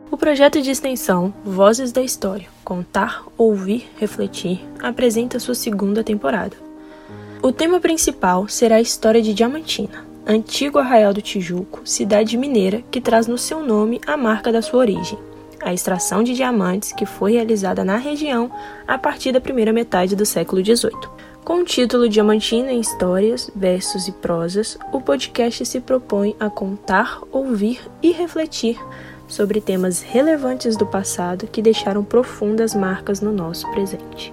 O projeto de extensão Vozes da História, Contar, Ouvir, Refletir, apresenta sua segunda temporada. O tema principal será a história de Diamantina, antigo Arraial do Tijuco, cidade mineira que traz no seu nome a marca da sua origem, a extração de diamantes que foi realizada na região a partir da primeira metade do século XVIII. Com o título Diamantina em Histórias, Versos e Prosas, o podcast se propõe a contar, ouvir e refletir sobre temas relevantes do passado que deixaram profundas marcas no nosso presente.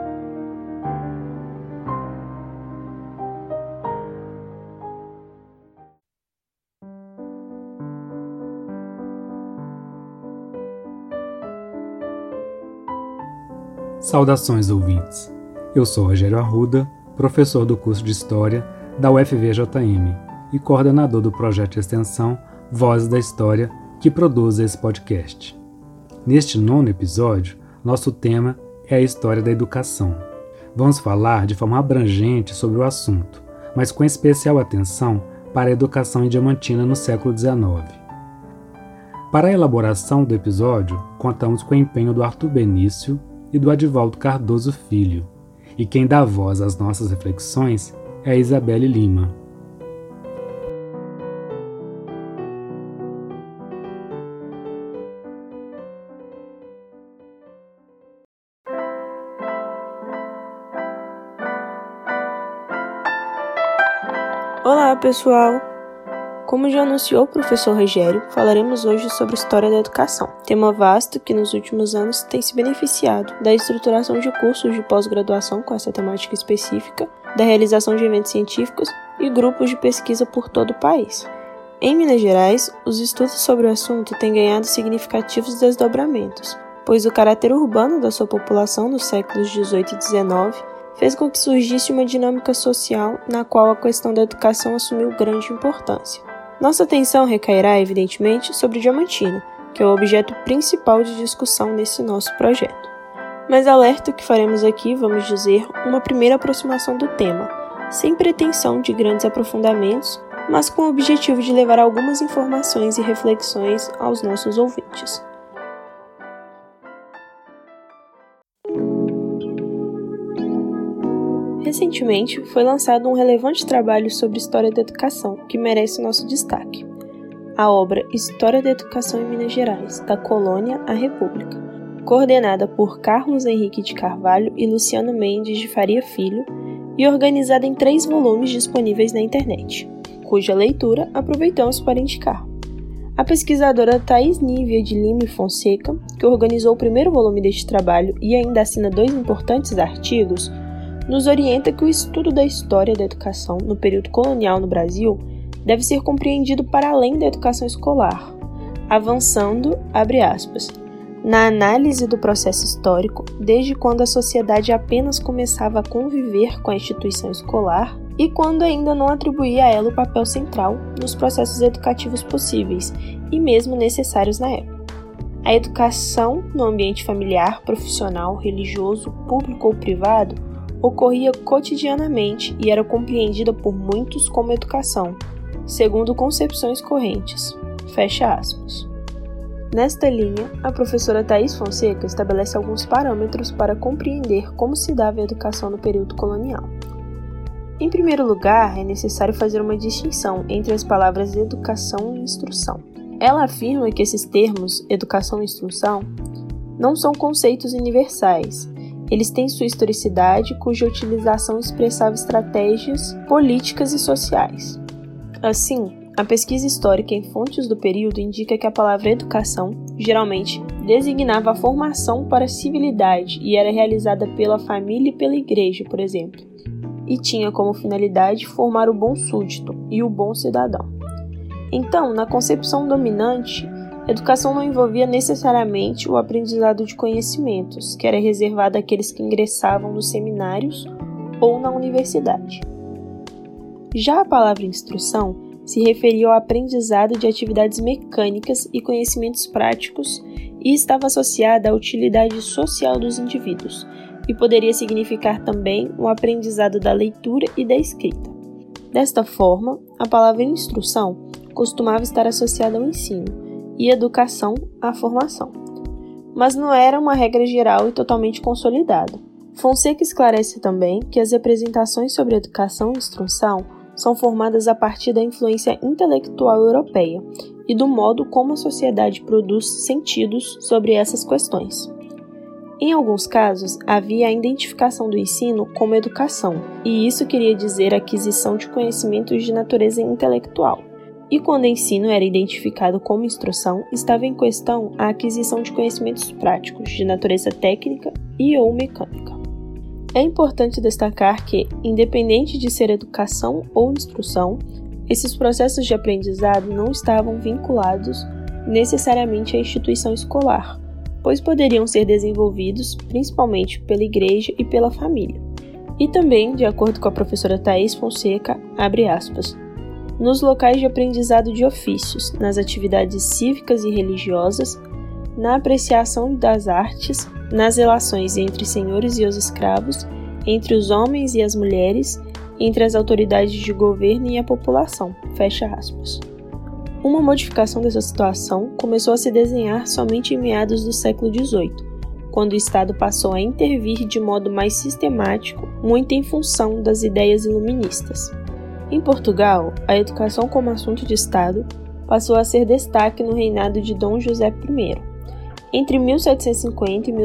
Saudações, ouvintes! Eu sou Rogério Arruda, professor do curso de História da UFVJM e coordenador do projeto de extensão Vozes da História, que produz esse podcast. Neste 9º episódio, nosso tema é a história da educação. Vamos falar de forma abrangente sobre o assunto, mas com especial atenção para a educação em Diamantina no século XIX. Para a elaboração do episódio, contamos com o empenho do Arthur Benício e do Adivaldo Cardoso Filho, e quem dá voz às nossas reflexões é a Isabelle Lima. Olá, pessoal! Como já anunciou o professor Rogério, falaremos hoje sobre história da educação, tema vasto que nos últimos anos tem se beneficiado da estruturação de cursos de pós-graduação com essa temática específica, da realização de eventos científicos e grupos de pesquisa por todo o país. Em Minas Gerais, os estudos sobre o assunto têm ganhado significativos desdobramentos, pois o caráter urbano da sua população nos séculos XVIII e XIX fez com que surgisse uma dinâmica social na qual a questão da educação assumiu grande importância. Nossa atenção recairá, evidentemente, sobre Diamantina, que é o objeto principal de discussão nesse nosso projeto. Mas alerto que faremos aqui, vamos dizer, uma primeira aproximação do tema, sem pretensão de grandes aprofundamentos, mas com o objetivo de levar algumas informações e reflexões aos nossos ouvintes. Recentemente, foi lançado um relevante trabalho sobre história da educação, que merece nosso destaque. A obra História da Educação em Minas Gerais, da Colônia à República, coordenada por Carlos Henrique de Carvalho e Luciano Mendes de Faria Filho, e organizada em 3 volumes disponíveis na internet, cuja leitura aproveitamos para indicar. A pesquisadora Thaís Nívia de Lima e Fonseca, que organizou o primeiro volume deste trabalho e ainda assina 2 importantes artigos, nos orienta que o estudo da história da educação no período colonial no Brasil deve ser compreendido para além da educação escolar, avançando, abre aspas, na análise do processo histórico, desde quando a sociedade apenas começava a conviver com a instituição escolar e quando ainda não atribuía a ela o papel central nos processos educativos possíveis e mesmo necessários na época. A educação no ambiente familiar, profissional, religioso, público ou privado ocorria cotidianamente e era compreendida por muitos como educação, segundo concepções correntes. Fecha aspas. Nesta linha, a professora Thaís Fonseca estabelece alguns parâmetros para compreender como se dava a educação no período colonial. Em primeiro lugar, é necessário fazer uma distinção entre as palavras educação e instrução. Ela afirma que esses termos, educação e instrução, não são conceitos universais. Eles têm sua historicidade, cuja utilização expressava estratégias políticas e sociais. Assim, a pesquisa histórica em fontes do período indica que a palavra educação, geralmente, designava a formação para a civilidade e era realizada pela família e pela igreja, por exemplo, e tinha como finalidade formar o bom súdito e o bom cidadão. Então, na concepção dominante, educação não envolvia necessariamente o aprendizado de conhecimentos, que era reservado àqueles que ingressavam nos seminários ou na universidade. Já a palavra instrução se referia ao aprendizado de atividades mecânicas e conhecimentos práticos e estava associada à utilidade social dos indivíduos, e poderia significar também o aprendizado da leitura e da escrita. Desta forma, a palavra instrução costumava estar associada ao ensino, e educação à formação. Mas não era uma regra geral e totalmente consolidada. Fonseca esclarece também que as representações sobre educação e instrução são formadas a partir da influência intelectual europeia e do modo como a sociedade produz sentidos sobre essas questões. Em alguns casos, havia a identificação do ensino como educação, e isso queria dizer aquisição de conhecimentos de natureza intelectual. E quando o ensino era identificado como instrução, estava em questão a aquisição de conhecimentos práticos, de natureza técnica e ou mecânica. É importante destacar que, independente de ser educação ou instrução, esses processos de aprendizado não estavam vinculados necessariamente à instituição escolar, pois poderiam ser desenvolvidos principalmente pela igreja e pela família. E também, de acordo com a professora Thaís Fonseca, abre aspas, nos locais de aprendizado de ofícios, nas atividades cívicas e religiosas, na apreciação das artes, nas relações entre senhores e os escravos, entre os homens e as mulheres, entre as autoridades de governo e a população. Fecha aspas. Uma modificação dessa situação começou a se desenhar somente em meados do século XVIII, quando o Estado passou a intervir de modo mais sistemático, muito em função das ideias iluministas. Em Portugal, a educação como assunto de Estado passou a ser destaque no reinado de Dom José I, entre 1750 e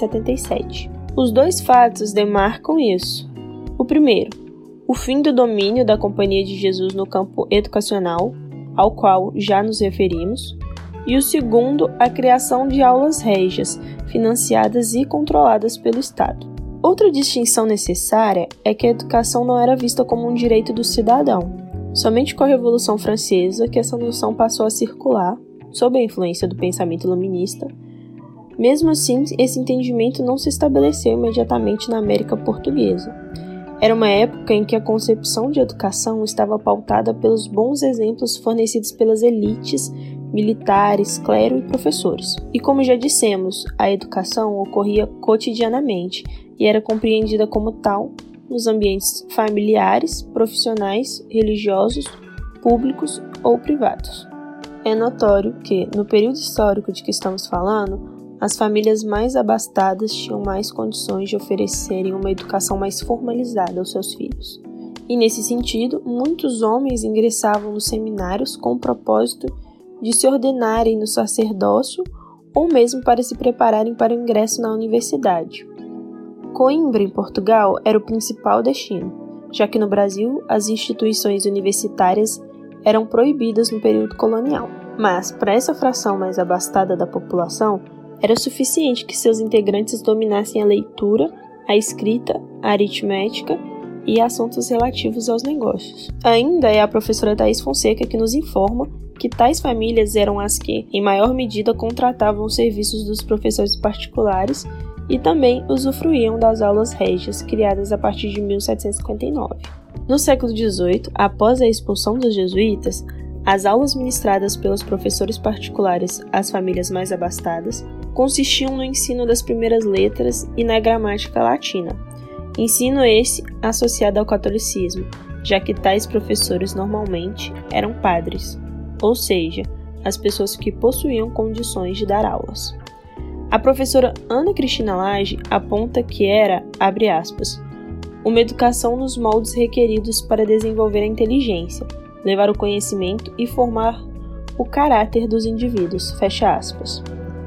1777. Os dois fatos demarcam isso. O primeiro, o fim do domínio da Companhia de Jesus no campo educacional, ao qual já nos referimos, e o segundo, a criação de aulas régias, financiadas e controladas pelo Estado. Outra distinção necessária é que a educação não era vista como um direito do cidadão. Somente com a Revolução Francesa que essa noção passou a circular, sob a influência do pensamento iluminista. Mesmo assim, esse entendimento não se estabeleceu imediatamente na América Portuguesa. Era uma época em que a concepção de educação estava pautada pelos bons exemplos fornecidos pelas elites, militares, clero e professores. E como já dissemos, a educação ocorria cotidianamente e era compreendida como tal nos ambientes familiares, profissionais, religiosos, públicos ou privados. É notório que, no período histórico de que estamos falando, as famílias mais abastadas tinham mais condições de oferecerem uma educação mais formalizada aos seus filhos. E nesse sentido, muitos homens ingressavam nos seminários com o propósito de se ordenarem no sacerdócio ou mesmo para se prepararem para o ingresso na universidade. Coimbra, em Portugal, era o principal destino, já que no Brasil as instituições universitárias eram proibidas no período colonial. Mas, para essa fração mais abastada da população, era suficiente que seus integrantes dominassem a leitura, a escrita, a aritmética e assuntos relativos aos negócios. Ainda é a professora Thaís Fonseca que nos informa que tais famílias eram as que, em maior medida, contratavam os serviços dos professores particulares e também usufruíam das aulas régias, criadas a partir de 1759. No século XVIII, após a expulsão dos jesuítas, as aulas ministradas pelos professores particulares às famílias mais abastadas consistiam no ensino das primeiras letras e na gramática latina. Ensino esse associado ao catolicismo, já que tais professores normalmente eram padres, ou seja, as pessoas que possuíam condições de dar aulas. A professora Ana Cristina Lage aponta que era, abre aspas, uma educação nos moldes requeridos para desenvolver a inteligência, levar o conhecimento e formar o caráter dos indivíduos, fecha aspas.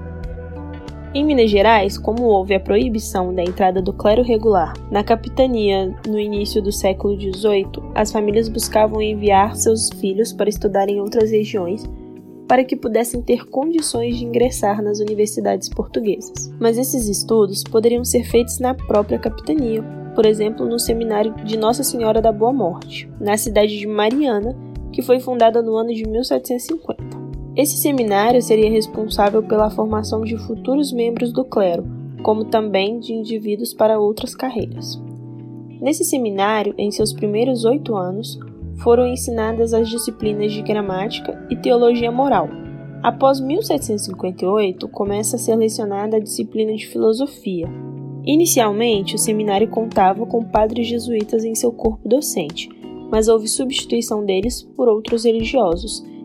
Em Minas Gerais, como houve a proibição da entrada do clero regular na capitania no início do século XVIII, as famílias buscavam enviar seus filhos para estudar em outras regiões para que pudessem ter condições de ingressar nas universidades portuguesas. Mas esses estudos poderiam ser feitos na própria capitania, por exemplo, no seminário de Nossa Senhora da Boa Morte, na cidade de Mariana, que foi fundada no ano de 1750. Esse seminário seria responsável pela formação de futuros membros do clero, como também de indivíduos para outras carreiras. Nesse seminário, em seus primeiros 8 anos, foram ensinadas as disciplinas de gramática e teologia moral. Após 1758, começa a ser lecionada a disciplina de filosofia. Inicialmente, o seminário contava com padres jesuítas em seu corpo docente, mas houve substituição deles por outros religiosos,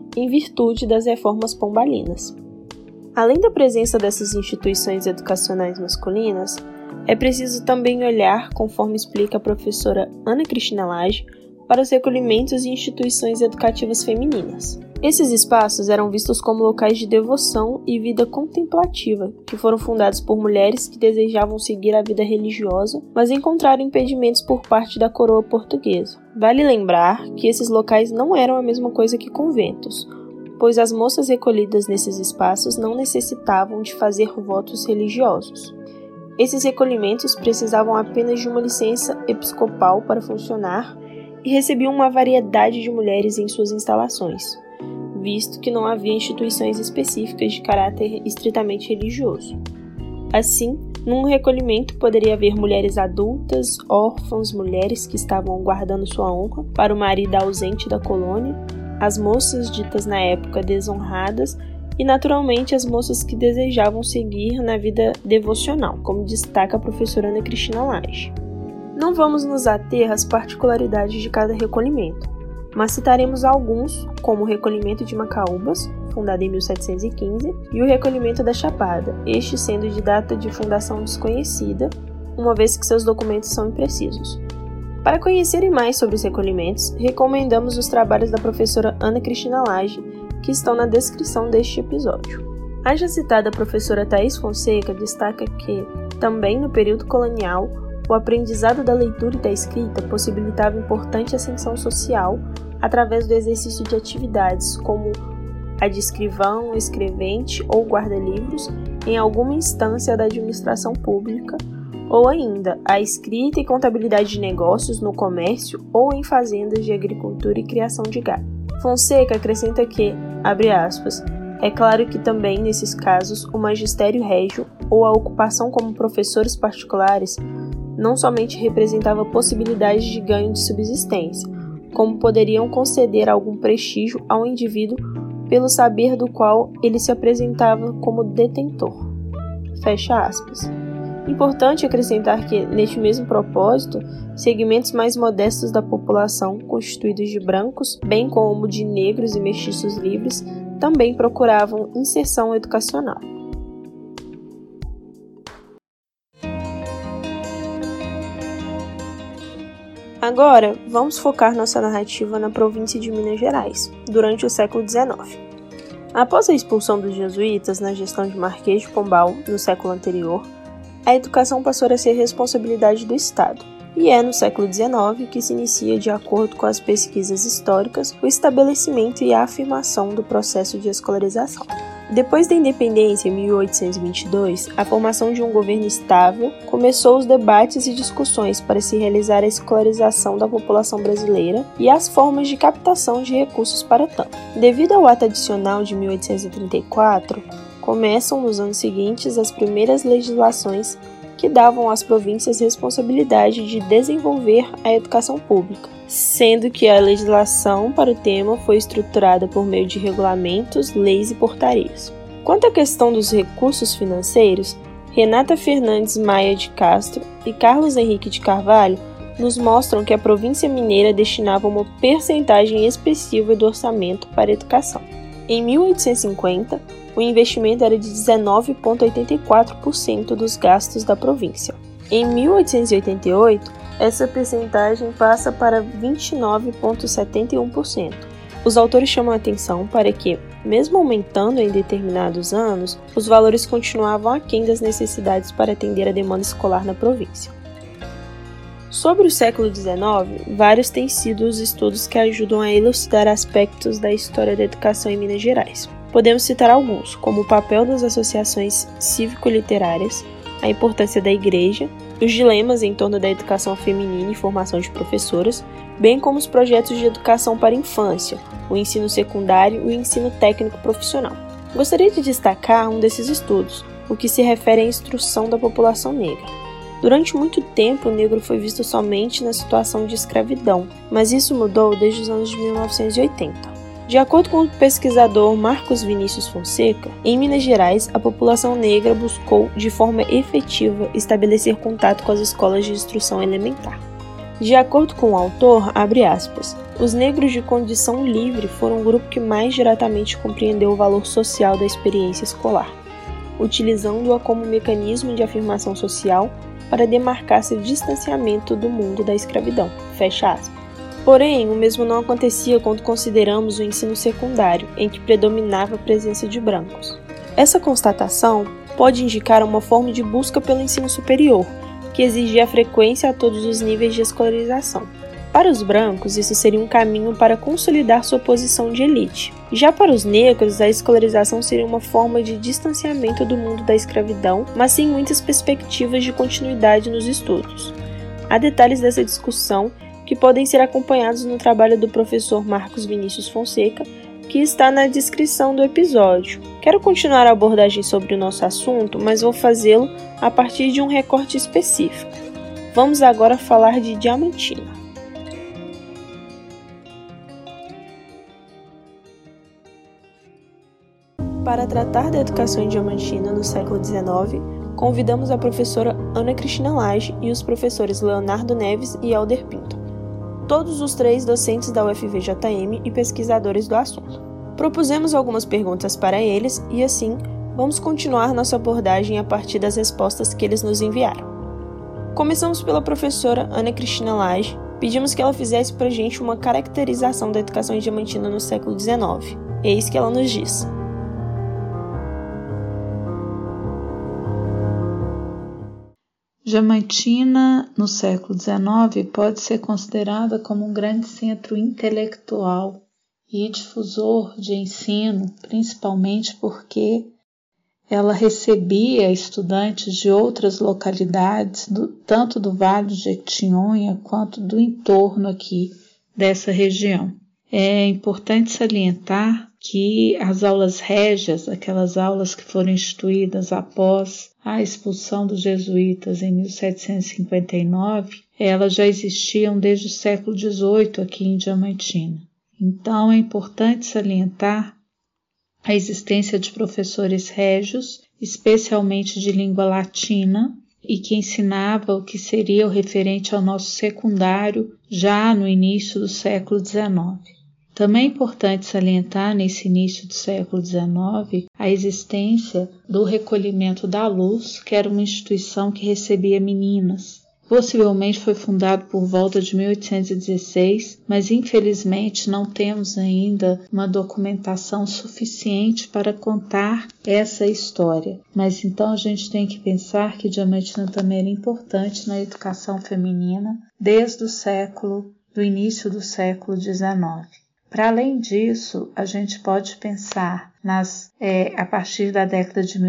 em virtude das reformas pombalinas. Além da presença dessas instituições educacionais masculinas, é preciso também olhar, conforme explica a professora Ana Cristina Lage, para os recolhimentos e instituições educativas femininas. Esses espaços eram vistos como locais de devoção e vida contemplativa, que foram fundados por mulheres que desejavam seguir a vida religiosa, mas encontraram impedimentos por parte da coroa portuguesa. Vale lembrar que esses locais não eram a mesma coisa que conventos, pois as moças recolhidas nesses espaços não necessitavam de fazer votos religiosos. Esses recolhimentos precisavam apenas de uma licença episcopal para funcionar e recebiam uma variedade de mulheres em suas instalações, visto que não havia instituições específicas de caráter estritamente religioso. Assim, num recolhimento poderia haver mulheres adultas, órfãs, mulheres que estavam guardando sua honra para o marido ausente da colônia, as moças ditas na época desonradas e, naturalmente, as moças que desejavam seguir na vida devocional, como destaca a professora Ana Cristina Lage. Não vamos nos ater às particularidades de cada recolhimento, mas citaremos alguns, como o recolhimento de Macaúbas, fundado em 1715, e o recolhimento da Chapada, este sendo de data de fundação desconhecida, uma vez que seus documentos são imprecisos. Para conhecerem mais sobre os recolhimentos, recomendamos os trabalhos da professora Ana Cristina Lage, que estão na descrição deste episódio. A já citada professora Thaís Fonseca destaca que, também no período colonial, o aprendizado da leitura e da escrita possibilitava importante ascensão social através do exercício de atividades como a de escrivão, escrevente ou guarda-livros em alguma instância da administração pública, ou ainda a escrita e contabilidade de negócios no comércio ou em fazendas de agricultura e criação de gado. Fonseca acrescenta que, abre aspas, é claro que também, nesses casos, o magistério régio ou a ocupação como professores particulares não somente representava possibilidades de ganho de subsistência, como poderiam conceder algum prestígio ao indivíduo pelo saber do qual ele se apresentava como detentor. Fecha aspas. Importante acrescentar que, neste mesmo propósito, segmentos mais modestos da população, constituídos de brancos, bem como de negros e mestiços livres, também procuravam inserção educacional. Agora, vamos focar nossa narrativa na província de Minas Gerais, durante o século XIX. Após a expulsão dos jesuítas na gestão de Marquês de Pombal, no século anterior, a educação passou a ser responsabilidade do Estado, e é no século XIX que se inicia, de acordo com as pesquisas históricas, o estabelecimento e a afirmação do processo de escolarização. Depois da independência, em 1822, a formação de um governo estável, começou os debates e discussões para se realizar a escolarização da população brasileira e as formas de captação de recursos para tanto. Devido ao ato adicional de 1834, começam nos anos seguintes as primeiras legislações que davam às províncias responsabilidade de desenvolver a educação pública, sendo que a legislação para o tema foi estruturada por meio de regulamentos, leis e portarias. Quanto à questão dos recursos financeiros, Renata Fernandes Maia de Castro e Carlos Henrique de Carvalho nos mostram que a província mineira destinava uma percentagem expressiva do orçamento para a educação. Em 1850, o investimento era de 19,84% dos gastos da província. Em 1888, essa percentagem passa para 29,71%. Os autores chamam a atenção para que, mesmo aumentando em determinados anos, os valores continuavam aquém das necessidades para atender a demanda escolar na província. Sobre o século XIX, vários têm sido os estudos que ajudam a elucidar aspectos da história da educação em Minas Gerais. Podemos citar alguns, como o papel das associações cívico-literárias, a importância da igreja, os dilemas em torno da educação feminina e formação de professoras, bem como os projetos de educação para a infância, o ensino secundário e o ensino técnico profissional. Gostaria de destacar um desses estudos, o que se refere à instrução da população negra. Durante muito tempo, o negro foi visto somente na situação de escravidão, mas isso mudou desde os anos de 1980. De acordo com o pesquisador Marcos Vinícius Fonseca, em Minas Gerais, a população negra buscou, de forma efetiva, estabelecer contato com as escolas de instrução elementar. De acordo com o autor, abre aspas, os negros de condição livre foram o grupo que mais diretamente compreendeu o valor social da experiência escolar, utilizando-a como mecanismo de afirmação social para demarcar seu distanciamento do mundo da escravidão. Fecha aspas. Porém, o mesmo não acontecia quando consideramos o ensino secundário, em que predominava a presença de brancos. Essa constatação pode indicar uma forma de busca pelo ensino superior, que exigia a frequência a todos os níveis de escolarização. Para os brancos, isso seria um caminho para consolidar sua posição de elite. Já para os negros, a escolarização seria uma forma de distanciamento do mundo da escravidão, mas sem muitas perspectivas de continuidade nos estudos. Há detalhes dessa discussão que podem ser acompanhados no trabalho do professor Marcos Vinícius Fonseca, que está na descrição do episódio. Quero continuar a abordagem sobre o nosso assunto, mas vou fazê-lo a partir de um recorte específico. Vamos agora falar de Diamantina. Para tratar da educação em Diamantina no século XIX, convidamos a professora Ana Cristina Lage e os professores Leonardo Neves e Helder Pinto, todos os 3 docentes da UFVJM e pesquisadores do assunto. Propusemos algumas perguntas para eles e, assim, vamos continuar nossa abordagem a partir das respostas que eles nos enviaram. Começamos pela professora Ana Cristina Lage. Pedimos que ela fizesse para a gente uma caracterização da educação em Diamantina no século XIX. Eis que ela nos diz. Diamantina, no século XIX, pode ser considerada como um grande centro intelectual e difusor de ensino, principalmente porque ela recebia estudantes de outras localidades, tanto do Vale do Jequitinhonha quanto do entorno aqui dessa região. É importante salientar que as aulas régias, aquelas aulas que foram instituídas após a expulsão dos jesuítas em 1759, elas já existiam desde o século XVIII aqui em Diamantina. Então é importante salientar a existência de professores régios, especialmente de língua latina, e que ensinava o que seria o referente ao nosso secundário já no início do século XIX. Também é importante salientar, nesse início do século XIX, a existência do Recolhimento da Luz, que era uma instituição que recebia meninas. Possivelmente foi fundado por volta de 1816, mas infelizmente não temos ainda uma documentação suficiente para contar essa história. Mas então a gente tem que pensar que Diamantina também era importante na educação feminina desde do início do século XIX. Para além disso, a gente pode pensar a partir da década de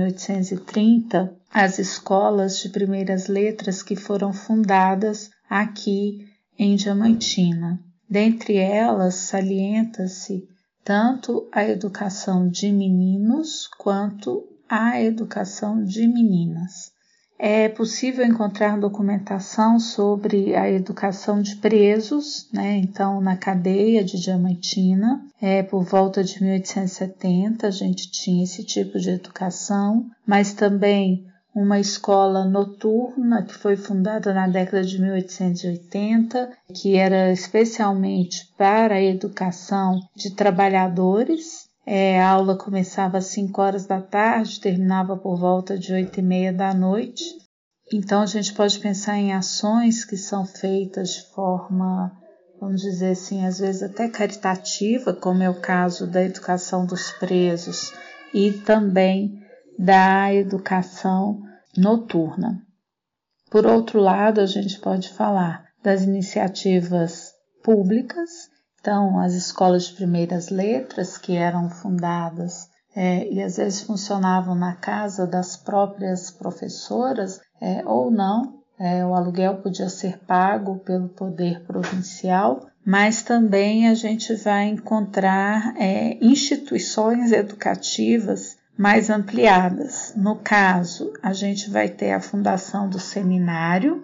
1830, as escolas de primeiras letras que foram fundadas aqui em Diamantina. Dentre elas, salienta-se tanto a educação de meninos quanto a educação de meninas. É possível encontrar documentação sobre a educação de presos, Então, na cadeia de Diamantina, por volta de 1870, a gente tinha esse tipo de educação, mas também uma escola noturna que foi fundada na década de 1880, que era especialmente para a educação de trabalhadores. A aula começava às 5 horas da tarde, terminava por volta de 8h30 da noite. Então a gente pode pensar em ações que são feitas de forma, vamos dizer assim, às vezes até caritativa, como é o caso da educação dos presos e também da educação noturna. Por outro lado, a gente pode falar das iniciativas públicas. Então, as escolas de primeiras letras que eram fundadas e às vezes funcionavam na casa das próprias professoras ou não, o aluguel podia ser pago pelo poder provincial, mas também a gente vai encontrar instituições educativas mais ampliadas. No caso, a gente vai ter a fundação do seminário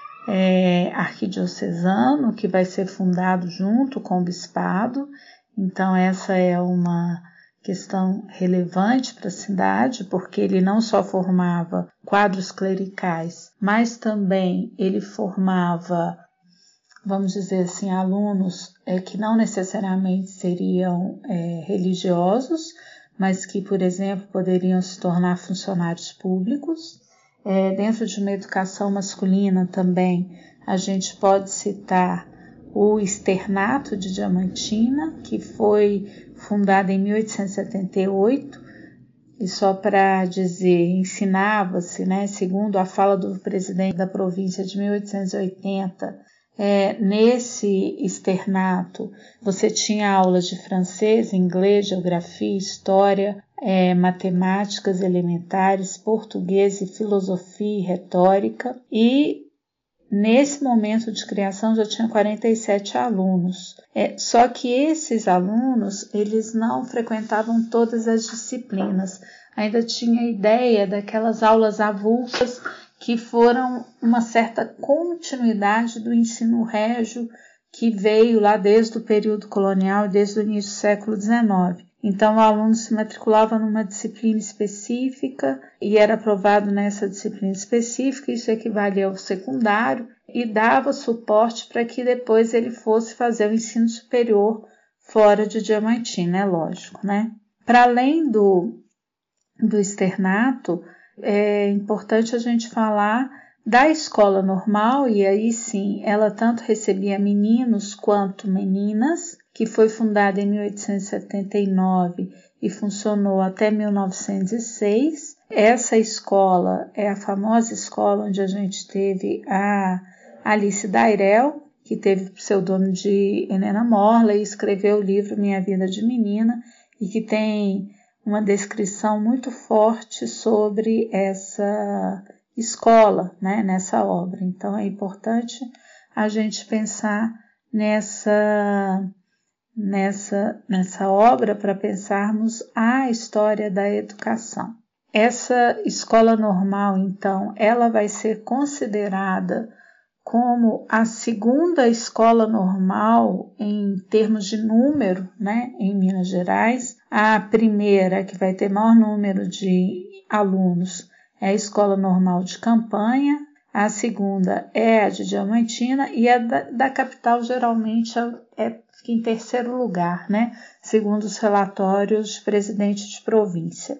arquidiocesano, que vai ser fundado junto com o bispado. Então essa é uma questão relevante para a cidade, porque ele não só formava quadros clericais, mas também ele formava vamos dizer assim, alunos que não necessariamente seriam religiosos, mas que, por exemplo, poderiam se tornar funcionários públicos. Dentro de uma educação masculina também, a gente pode citar o Externato de Diamantina, que foi fundado em 1878, e só para dizer, ensinava-se, segundo a fala do presidente da província de 1880, nesse externato você tinha aulas de francês, inglês, geografia, história, matemáticas elementares, português e filosofia e retórica, e nesse momento de criação já tinha 47 alunos. Só que esses alunos, eles não frequentavam todas as disciplinas. Ainda tinha a ideia daquelas aulas avulsas que foram uma certa continuidade do ensino régio que veio lá desde o período colonial e desde o início do século XIX. Então, o aluno se matriculava numa disciplina específica e era aprovado nessa disciplina específica, isso equivalia ao secundário, e dava suporte para que depois ele fosse fazer o ensino superior fora de Diamantina, lógico, Para além do externato, é importante a gente falar da escola normal, e aí sim, ela tanto recebia meninos quanto meninas, que foi fundada em 1879 e funcionou até 1906. Essa escola é a famosa escola onde a gente teve a Alice Dairel, que teve o pseudônimo de Helena Morley, e escreveu o livro Minha Vida de Menina, e que tem uma descrição muito forte sobre essa escola, nessa obra. Então, é importante a gente pensar nessa obra para pensarmos a história da educação. Essa escola normal, então, ela vai ser considerada como a segunda escola normal em termos de número, em Minas Gerais. A primeira, que vai ter maior número de alunos, é a Escola Normal de Campanha. A segunda é a de Diamantina, e a da capital geralmente fica em terceiro lugar, segundo os relatórios de presidente de província.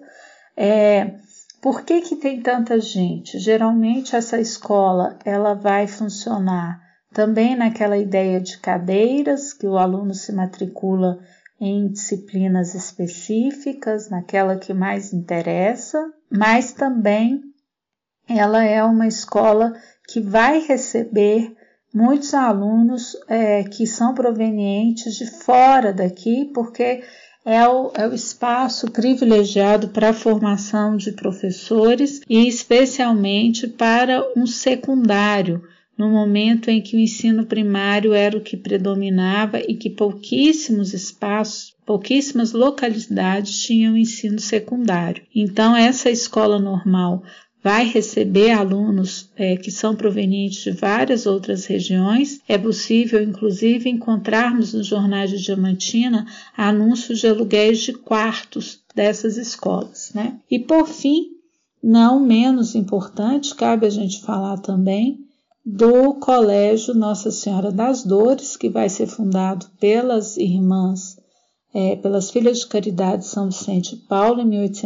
Por que tem tanta gente? Geralmente essa escola ela vai funcionar também naquela ideia de cadeiras, que o aluno se matricula em disciplinas específicas, naquela que mais interessa, mas também ela é uma escola que vai receber muitos alunos que são provenientes de fora daqui, porque é o espaço privilegiado para a formação de professores e especialmente para um secundário, no momento em que o ensino primário era o que predominava e que pouquíssimos espaços, pouquíssimas localidades tinham ensino secundário. Então, essa escola normal vai receber alunos que são provenientes de várias outras regiões. É possível, inclusive, encontrarmos nos jornais de Diamantina anúncios de aluguéis de quartos dessas escolas, E, por fim, não menos importante, cabe a gente falar também do Colégio Nossa Senhora das Dores, que vai ser fundado pelas irmãs, pelas Filhas de Caridade São Vicente e Paulo, em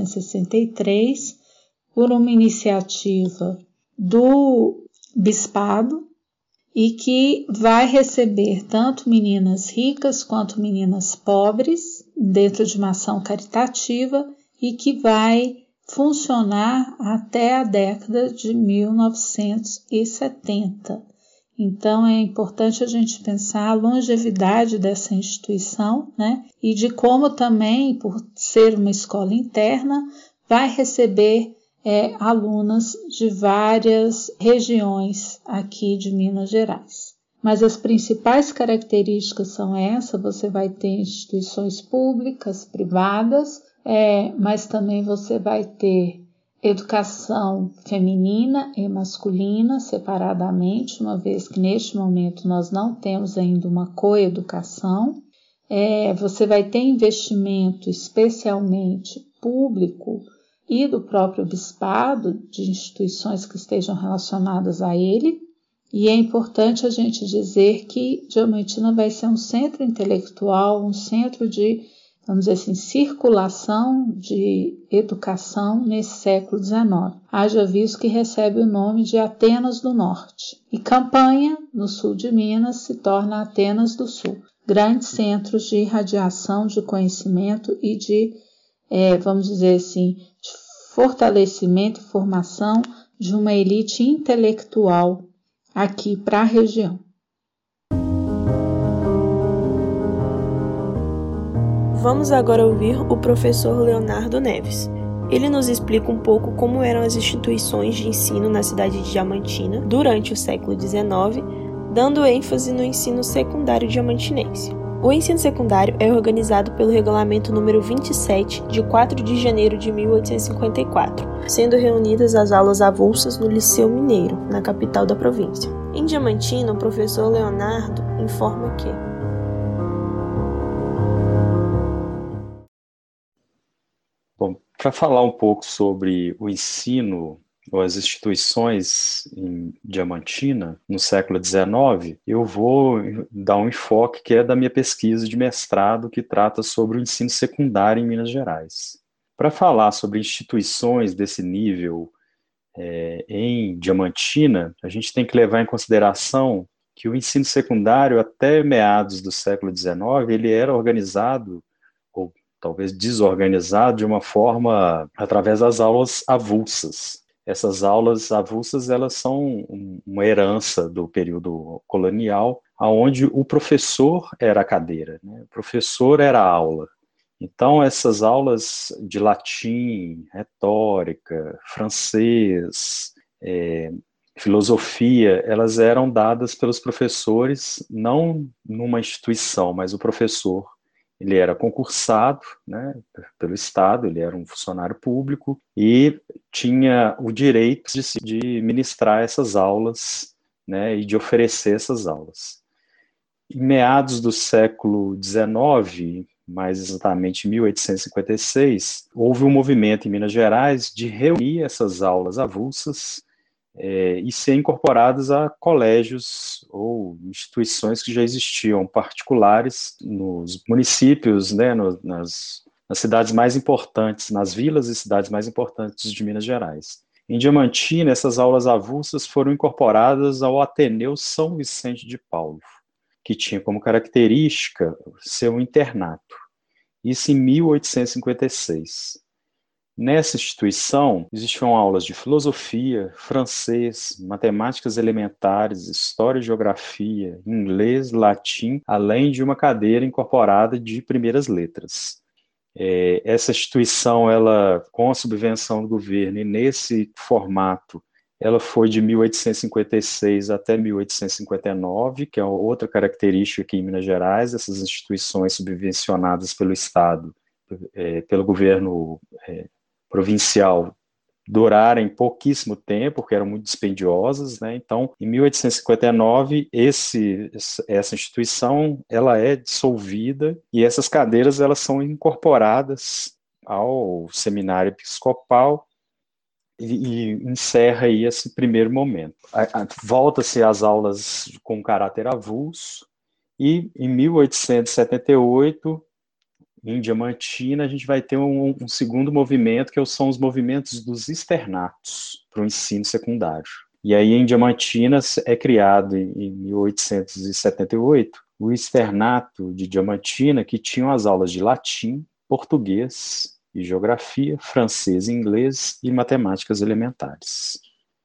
1863, por uma iniciativa do Bispado, e que vai receber tanto meninas ricas quanto meninas pobres dentro de uma ação caritativa, e que vai funcionar até a década de 1970. Então, é importante a gente pensar a longevidade dessa instituição, e de como também, por ser uma escola interna, vai receber alunas de várias regiões aqui de Minas Gerais. Mas as principais características são essas: você vai ter instituições públicas, privadas, mas também você vai ter educação feminina e masculina separadamente, uma vez que neste momento nós não temos ainda uma coeducação. Você vai ter investimento especialmente público e do próprio bispado, de instituições que estejam relacionadas a ele, E é importante a gente dizer que Diamantina vai ser um centro intelectual, um centro de, vamos dizer assim, circulação de educação nesse século XIX. Haja visto que recebe o nome de Atenas do Norte. E Campanha, no sul de Minas, se torna Atenas do Sul. Grandes centros de irradiação de conhecimento e de, vamos dizer assim, de fortalecimento e formação de uma elite intelectual aqui para a região. Vamos agora ouvir o professor Leonardo Neves. Ele nos explica um pouco como eram as instituições de ensino na cidade de Diamantina durante o século XIX, dando ênfase no ensino secundário diamantinense. O ensino secundário é organizado pelo Regulamento número 27, de 4 de janeiro de 1854, sendo reunidas as aulas avulsas no Liceu Mineiro, na capital da província. Em Diamantina, o professor Leonardo informa que Bom, para falar um pouco sobre o ensino ou as instituições em Diamantina, no século XIX, eu vou dar um enfoque que é da minha pesquisa de mestrado, que trata sobre o ensino secundário em Minas Gerais. Para falar sobre instituições desse nível em Diamantina, a gente tem que levar em consideração que o ensino secundário, até meados do século XIX, ele era organizado, ou talvez desorganizado, de uma forma através das aulas avulsas. Essas aulas avulsas, elas são uma herança do período colonial, onde o professor era a cadeira, né? O professor era a aula. Então, essas aulas de latim, retórica, francês, filosofia, elas eram dadas pelos professores, não numa instituição, mas o professor, ele era concursado, né, pelo Estado, ele era um funcionário público e tinha o direito de ministrar essas aulas, né, e de oferecer essas aulas. Em meados do século XIX, mais exatamente em 1856, houve um movimento em Minas Gerais de reunir essas aulas avulsas e ser incorporadas a colégios ou instituições que já existiam, particulares, nos municípios, né, nas cidades mais importantes, nas vilas e cidades mais importantes de Minas Gerais. Em Diamantina, essas aulas avulsas foram incorporadas ao Ateneu São Vicente de Paulo, que tinha como característica ser um internato. Isso em 1856. Nessa instituição, existiam aulas de filosofia, francês, matemáticas elementares, história e geografia, inglês, latim, além de uma cadeira incorporada de primeiras letras. Essa instituição, ela, com a subvenção do governo e nesse formato, ela foi de 1856 até 1859, que é outra característica aqui em Minas Gerais, essas instituições subvencionadas pelo Estado, pelo governo provincial, durarem pouquíssimo tempo, porque eram muito dispendiosas, né? Então, em 1859, essa instituição ela é dissolvida e essas cadeiras elas são incorporadas ao seminário episcopal e encerra aí esse primeiro momento. Volta-se às aulas com caráter avulso e em 1878, em Diamantina, a gente vai ter um segundo movimento, que são os movimentos dos externatos para o ensino secundário. E aí, em Diamantina, é criado, em 1878, o externato de Diamantina, que tinham as aulas de latim, português e geografia, francês, inglês e matemáticas elementares.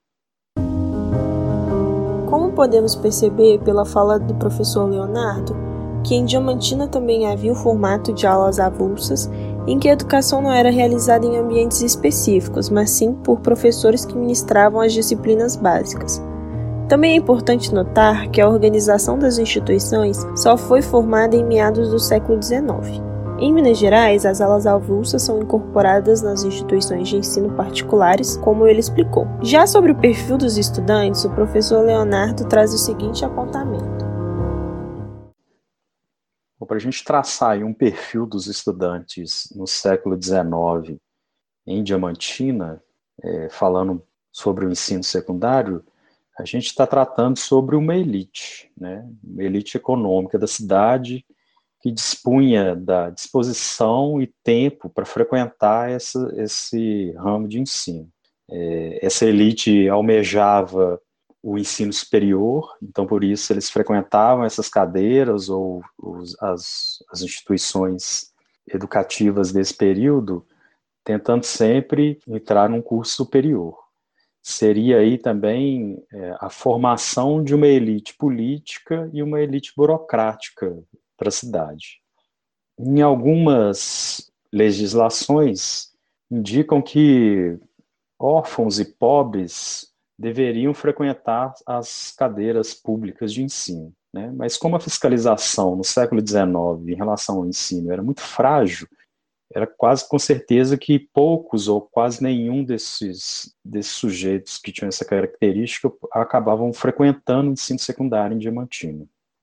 Como podemos perceber pela fala do professor Leonardo, que em Diamantina também havia o formato de aulas avulsas, em que a educação não era realizada em ambientes específicos, mas sim por professores que ministravam as disciplinas básicas. Também é importante notar que a organização das instituições só foi formada em meados do século XIX. Em Minas Gerais, as aulas avulsas são incorporadas nas instituições de ensino particulares, como ele explicou. Já sobre o perfil dos estudantes, o professor Leonardo traz o seguinte apontamento. Para a gente traçar aí um perfil dos estudantes no século XIX em Diamantina, falando sobre o ensino secundário, A gente está tratando sobre uma elite, né? Uma elite econômica da cidade que dispunha da disposição e tempo para frequentar esse ramo de ensino. Essa elite almejava o ensino superior, então por isso eles frequentavam essas cadeiras ou as instituições educativas desse período, tentando sempre entrar num curso superior. Seria aí também a formação de uma elite política e uma elite burocrática para a cidade. Em algumas legislações, indicam que órfãos e pobres deveriam frequentar as cadeiras públicas de ensino, né? Mas como a fiscalização no século XIX em relação ao ensino era muito frágil, era quase com certeza que poucos ou quase nenhum desses sujeitos que tinham essa característica acabavam frequentando o ensino secundário em Diamantina.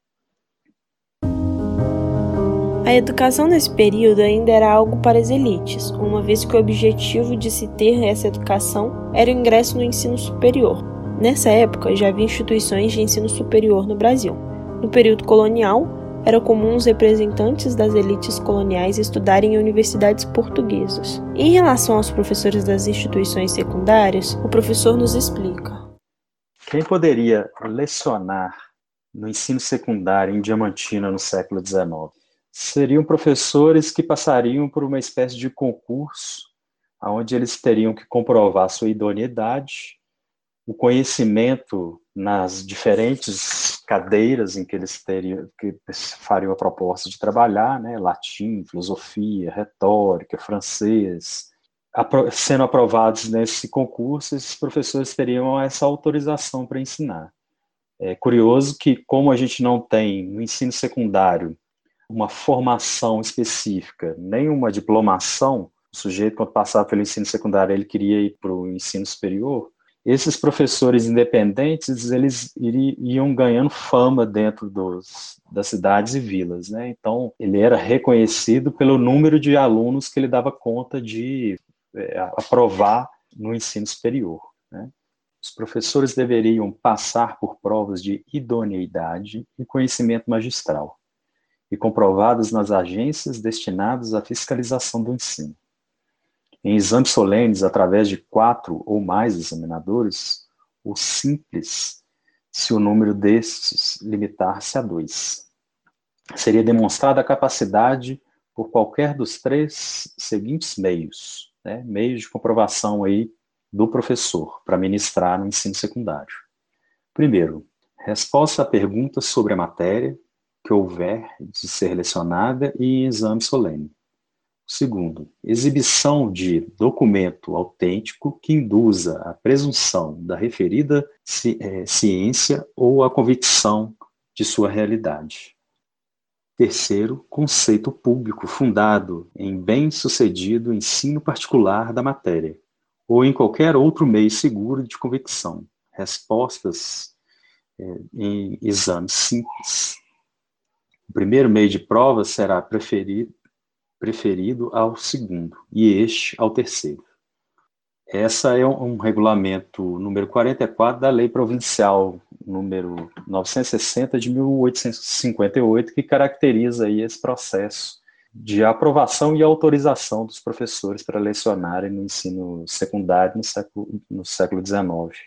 A educação nesse período ainda era algo para as elites, uma vez que o objetivo de se ter essa educação era o ingresso no ensino superior. Nessa época, já havia instituições de ensino superior no Brasil. No período colonial, era comum os representantes das elites coloniais estudarem em universidades portuguesas. Em relação aos professores das instituições secundárias, o professor nos explica. Quem poderia lecionar no ensino secundário em Diamantina no século XIX? Seriam professores que passariam por uma espécie de concurso, onde eles teriam que comprovar sua idoneidade, o conhecimento nas diferentes cadeiras em que eles fariam a proposta de trabalhar, né? Latim, filosofia, retórica, francês. Sendo aprovados nesse concurso, esses professores teriam essa autorização para ensinar. É curioso que, como a gente não tem no ensino secundário uma formação específica, nem uma diplomação, o sujeito, quando passava pelo ensino secundário, ele queria ir para o ensino superior, esses professores independentes, eles iam ganhando fama dentro das cidades e vilas, né? Então, ele era reconhecido pelo número de alunos que ele dava conta de aprovar no ensino superior, né? Os professores deveriam passar por provas de idoneidade e conhecimento magistral, e comprovadas nas agências destinadas à fiscalização do ensino. Em exames solenes, através de 4 ou mais examinadores, o simples, se o número destes limitar-se a 2. Seria demonstrada a capacidade por qualquer dos 3 seguintes meios, né? Meios de comprovação aí do professor para ministrar no ensino secundário. Primeiro, resposta a perguntas sobre a matéria que houver de ser lecionada e em exame solene. Segundo, exibição de documento autêntico que induza a presunção da referida ciência ou a convicção de sua realidade. Terceiro, conceito público fundado em bem-sucedido ensino particular da matéria, ou em qualquer outro meio seguro de convicção. Respostas em exame simples. O primeiro meio de prova será preferido ao segundo, e este ao terceiro. Essa é um regulamento número 44 da Lei Provincial número 960 de 1858, que caracteriza aí esse processo de aprovação e autorização dos professores para lecionarem no ensino secundário no século XIX.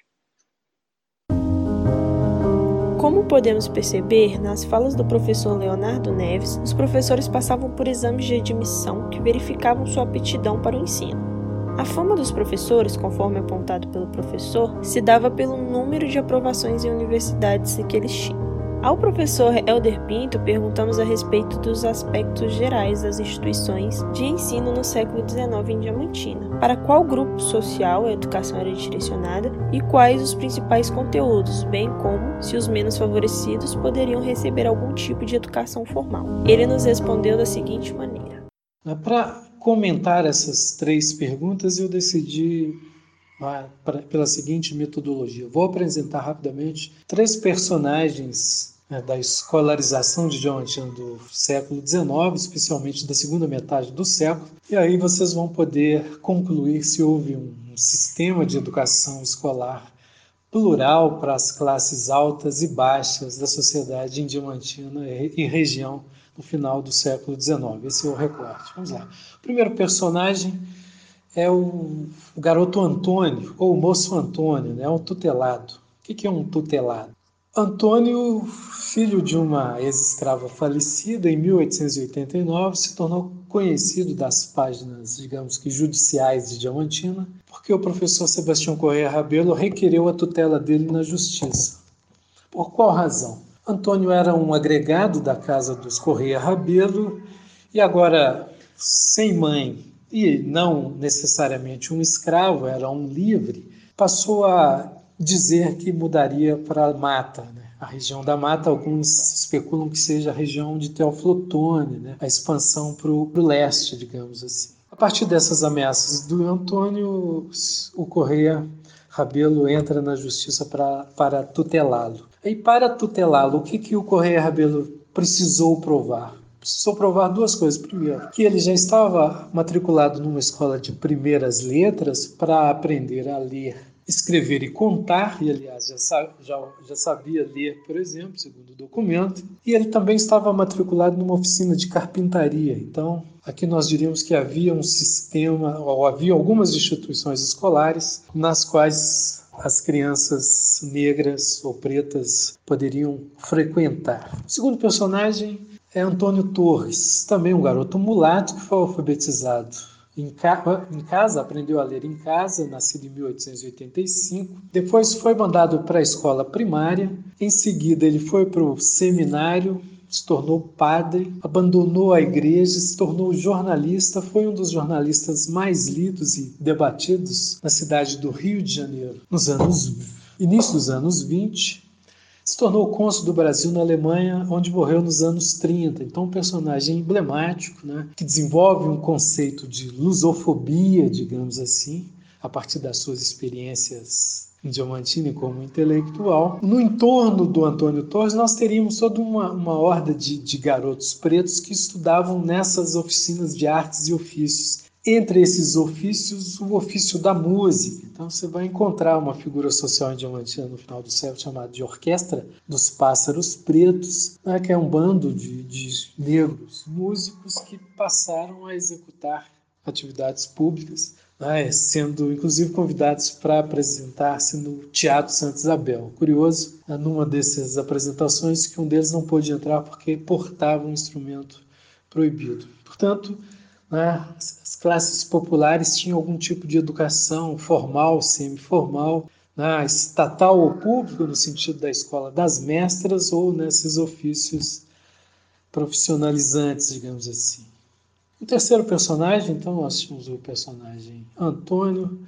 Como podemos perceber, nas falas do professor Leonardo Neves, os professores passavam por exames de admissão que verificavam sua aptidão para o ensino. A fama dos professores, conforme apontado pelo professor, se dava pelo número de aprovações em universidades que eles tinham. Ao professor Helder Pinto, perguntamos a respeito dos aspectos gerais das instituições de ensino no século XIX em Diamantina, para qual grupo social a educação era direcionada e quais os principais conteúdos, bem como se os menos favorecidos poderiam receber algum tipo de educação formal. Ele nos respondeu da seguinte maneira. Para comentar essas 3 perguntas, eu decidi pela seguinte metodologia. Vou apresentar rapidamente 3 personagens da escolarização de Diamantina do século XIX, especialmente da segunda metade do século, e aí vocês vão poder concluir se houve um sistema de educação escolar plural para as classes altas e baixas da sociedade indiamantina e região no final do século XIX. Esse é o recorte. Vamos lá. O primeiro personagem é o garoto Antônio, ou o moço Antônio, né? Um tutelado. O que é um tutelado? Antônio, filho de uma ex-escrava falecida em 1889, se tornou conhecido das páginas, digamos que judiciais de Diamantina, porque o professor Sebastião Correia Rebelo requereu a tutela dele na justiça. Por qual razão? Antônio era um agregado da casa dos Correia Rebelo e agora sem mãe e não necessariamente um escravo, era um livre, passou a dizer que mudaria para a Mata, né? A região da Mata, alguns especulam que seja a região de Teófilo Otoni, né? A expansão para o leste, digamos assim. A partir dessas ameaças do Antônio, o Correia Rebelo entra na justiça para tutelá-lo. E para tutelá-lo, o que o Correia Rebelo precisou provar? Precisou provar duas coisas. Primeiro, que ele já estava matriculado numa escola de primeiras letras para aprender a ler, escrever e contar, e aliás já sabia ler, por exemplo, segundo o documento, e ele também estava matriculado numa oficina de carpintaria. Então, aqui nós diríamos que havia um sistema, ou havia algumas instituições escolares nas quais as crianças negras ou pretas poderiam frequentar. O segundo personagem é Antônio Torres, também um garoto mulato que foi alfabetizado em casa, aprendeu a ler em casa, nascido em 1885. Depois foi mandado para a escola primária. Em seguida, ele foi para o seminário, se tornou padre, abandonou a igreja, se tornou jornalista, foi um dos jornalistas mais lidos e debatidos na cidade do Rio de Janeiro, início dos anos 20. Se tornou cônsul do Brasil na Alemanha, onde morreu nos anos 30. Então, um personagem emblemático, né, que desenvolve um conceito de lusofobia, digamos assim, a partir das suas experiências em Diamantina como intelectual. No entorno do Antônio Torres, nós teríamos toda uma horda de garotos pretos que estudavam nessas oficinas de artes e ofícios. Entre esses ofícios, o ofício da música. Então, você vai encontrar uma figura social em Diamantina no final do século chamada de Orquestra dos Pássaros Pretos, né, que é um bando de negros músicos que passaram a executar atividades públicas, né, sendo inclusive convidados para apresentar-se no Teatro Santa Isabel. Curioso, numa dessas apresentações, que um deles não pôde entrar porque portava um instrumento proibido. Portanto, as classes populares tinham algum tipo de educação formal, semiformal, estatal ou público, no sentido da escola das mestras, ou nesses ofícios profissionalizantes, digamos assim. O terceiro personagem, então, nós tínhamos o personagem Antônio,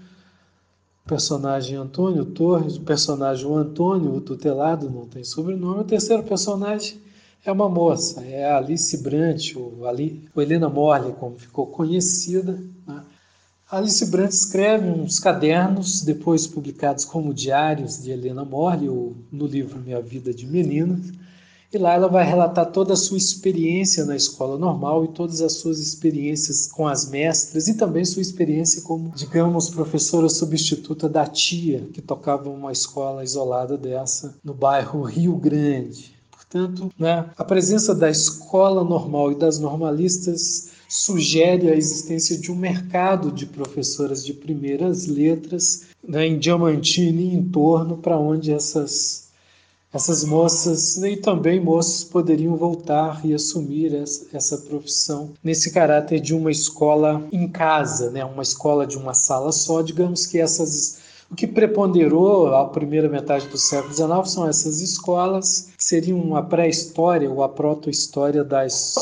o personagem Antônio Torres, o personagem Antônio, o tutelado, não tem sobrenome. O terceiro personagem é uma moça, é a Alice Brant, ou Helena Morley, como ficou conhecida. Né? A Alice Brant escreve uns cadernos, depois publicados como diários de Helena Morley, ou no livro Minha Vida de Menina, e lá ela vai relatar toda a sua experiência na escola normal e todas as suas experiências com as mestras e também sua experiência como, digamos, professora substituta da tia, que tocava uma escola isolada dessa no bairro Rio Grande. Portanto, a presença da escola normal e das normalistas sugere a existência de um mercado de professoras de primeiras letras, em Diamantina e em torno, para onde essas moças e também moços poderiam voltar e assumir essa profissão nesse caráter de uma escola em casa, uma escola de uma sala só. Digamos que o que preponderou a primeira metade do século XIX são essas escolas, que seriam a pré-história ou a proto-história das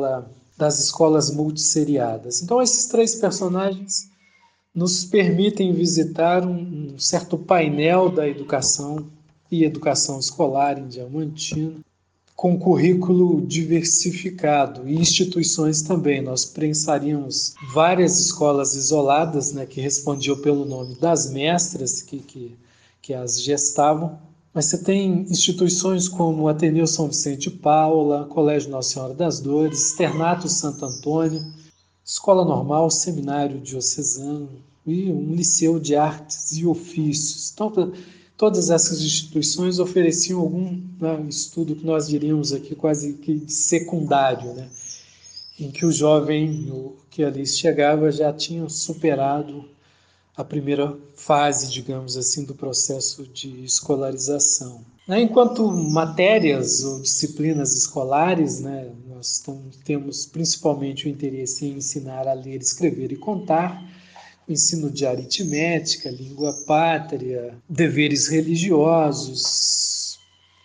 escolas multisseriadas. Então, esses três personagens nos permitem visitar um certo painel da educação e educação escolar em Diamantina, com currículo diversificado e instituições também. Nós pensaríamos várias escolas isoladas, que respondiam pelo nome das mestras que as gestavam, mas você tem instituições como o Ateneu São Vicente de Paula, Colégio Nossa Senhora das Dores, Externato Santo Antônio, Escola Normal, Seminário Diocesano e um Liceu de Artes e Ofícios. Então, todas essas instituições ofereciam algum estudo que nós diríamos aqui quase que secundário, né? Em que o jovem que ali chegava já tinha superado a primeira fase, digamos assim, do processo de escolarização. Enquanto matérias ou disciplinas escolares, né, nós temos principalmente o interesse em ensinar a ler, escrever e contar, o ensino de aritmética, língua pátria, deveres religiosos.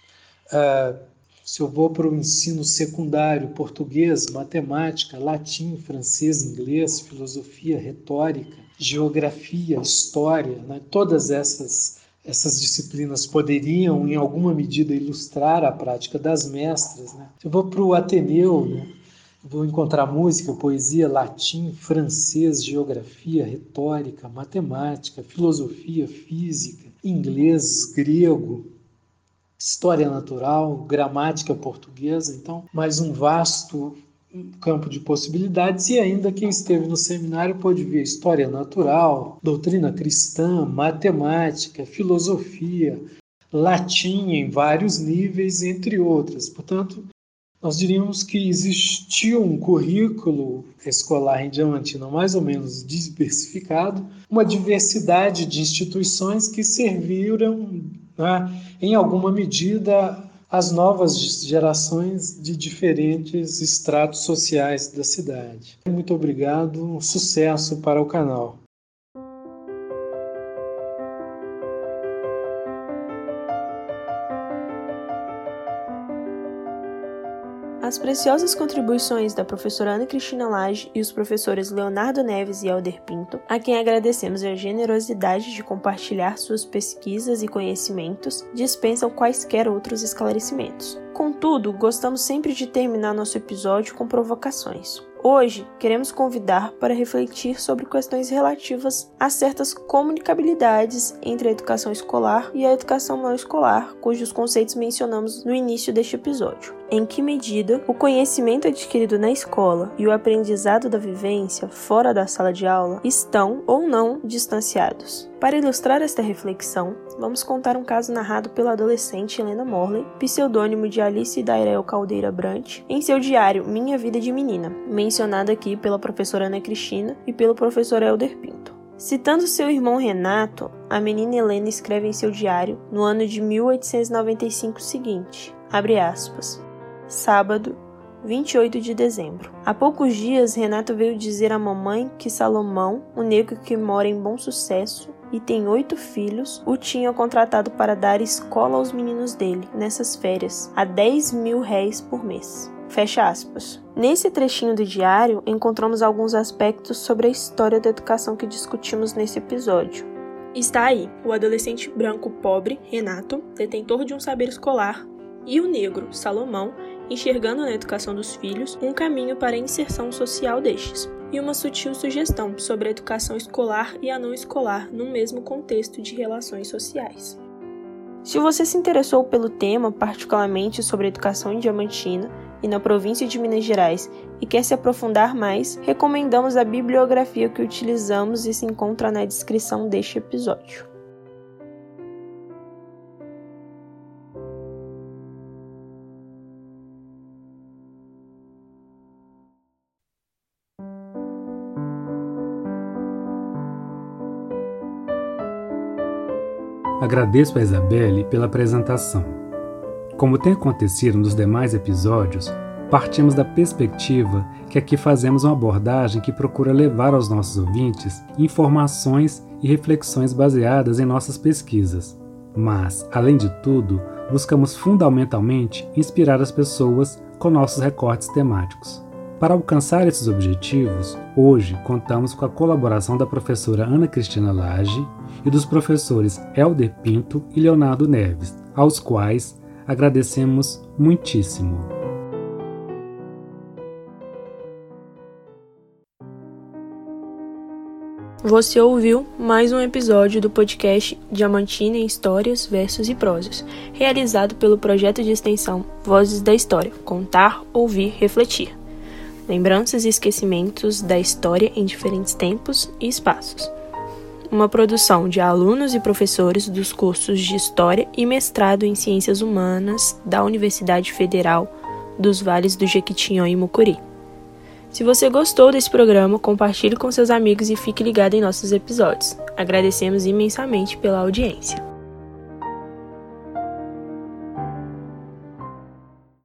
Se eu vou para o ensino secundário, português, matemática, latim, francês, inglês, filosofia, retórica, geografia, história, né? Todas essas disciplinas poderiam, em alguma medida, ilustrar a prática das mestras, né? Se eu vou para o Ateneu, né? Vou encontrar música, poesia, latim, francês, geografia, retórica, matemática, filosofia, física, inglês, grego, história natural, gramática portuguesa. Então, mais um vasto campo de possibilidades, e ainda quem esteve no seminário pôde ver história natural, doutrina cristã, matemática, filosofia, latim em vários níveis, entre outras. Portanto, nós diríamos que existia um currículo escolar em Diamantina mais ou menos diversificado, uma diversidade de instituições que serviram, né, em alguma medida, as novas gerações de diferentes estratos sociais da cidade. Muito obrigado, sucesso para o canal. As preciosas contribuições da professora Ana Cristina Lage e os professores Leonardo Neves e Helder Pinto, a quem agradecemos a generosidade de compartilhar suas pesquisas e conhecimentos, dispensam quaisquer outros esclarecimentos. Contudo, gostamos sempre de terminar nosso episódio com provocações. Hoje, queremos convidar para refletir sobre questões relativas a certas comunicabilidades entre a educação escolar e a educação não escolar, cujos conceitos mencionamos no início deste episódio. Em que medida o conhecimento adquirido na escola e o aprendizado da vivência fora da sala de aula estão ou não distanciados? Para ilustrar esta reflexão, vamos contar um caso narrado pela adolescente Helena Morley, pseudônimo de Alice Dairel Caldeira Brant, em seu diário Minha Vida de Menina, mencionado aqui pela professora Ana Cristina e pelo professor Helder Pinto. Citando seu irmão Renato, a menina Helena escreve em seu diário, no ano de 1895, o seguinte, abre aspas, sábado, 28 de dezembro. Há poucos dias, Renato veio dizer à mamãe que Salomão, o negro que mora em Bom Sucesso e tem 8 filhos, o tinha contratado para dar escola aos meninos dele, nessas férias, a 10.000 réis por mês. Fecha aspas. Nesse trechinho do diário, encontramos alguns aspectos sobre a história da educação que discutimos nesse episódio. Está aí o adolescente branco pobre, Renato, detentor de um saber escolar, e o negro, Salomão, enxergando na educação dos filhos um caminho para a inserção social destes, e uma sutil sugestão sobre a educação escolar e a não escolar num mesmo contexto de relações sociais. Se você se interessou pelo tema, particularmente sobre a educação em Diamantina e na província de Minas Gerais, e quer se aprofundar mais, recomendamos a bibliografia que utilizamos e se encontra na descrição deste episódio. Agradeço a Isabelle pela apresentação. Como tem acontecido nos demais episódios, partimos da perspectiva que aqui fazemos uma abordagem que procura levar aos nossos ouvintes informações e reflexões baseadas em nossas pesquisas. Mas, além de tudo, buscamos fundamentalmente inspirar as pessoas com nossos recortes temáticos. Para alcançar esses objetivos, hoje contamos com a colaboração da professora Ana Cristina Lage e dos professores Helder Pinto e Leonardo Neves, aos quais agradecemos muitíssimo. Você ouviu mais um episódio do podcast Diamantina em Histórias, Versos e Prosas, realizado pelo projeto de extensão Vozes da História, Contar, Ouvir, Refletir. Lembranças e esquecimentos da história em diferentes tempos e espaços. uma produção de alunos e professores dos cursos de História e Mestrado em Ciências Humanas da Universidade Federal dos Vales do Jequitinhonha e Mucuri. Se você gostou desse programa, compartilhe com seus amigos e fique ligado em nossos episódios. Agradecemos imensamente pela audiência.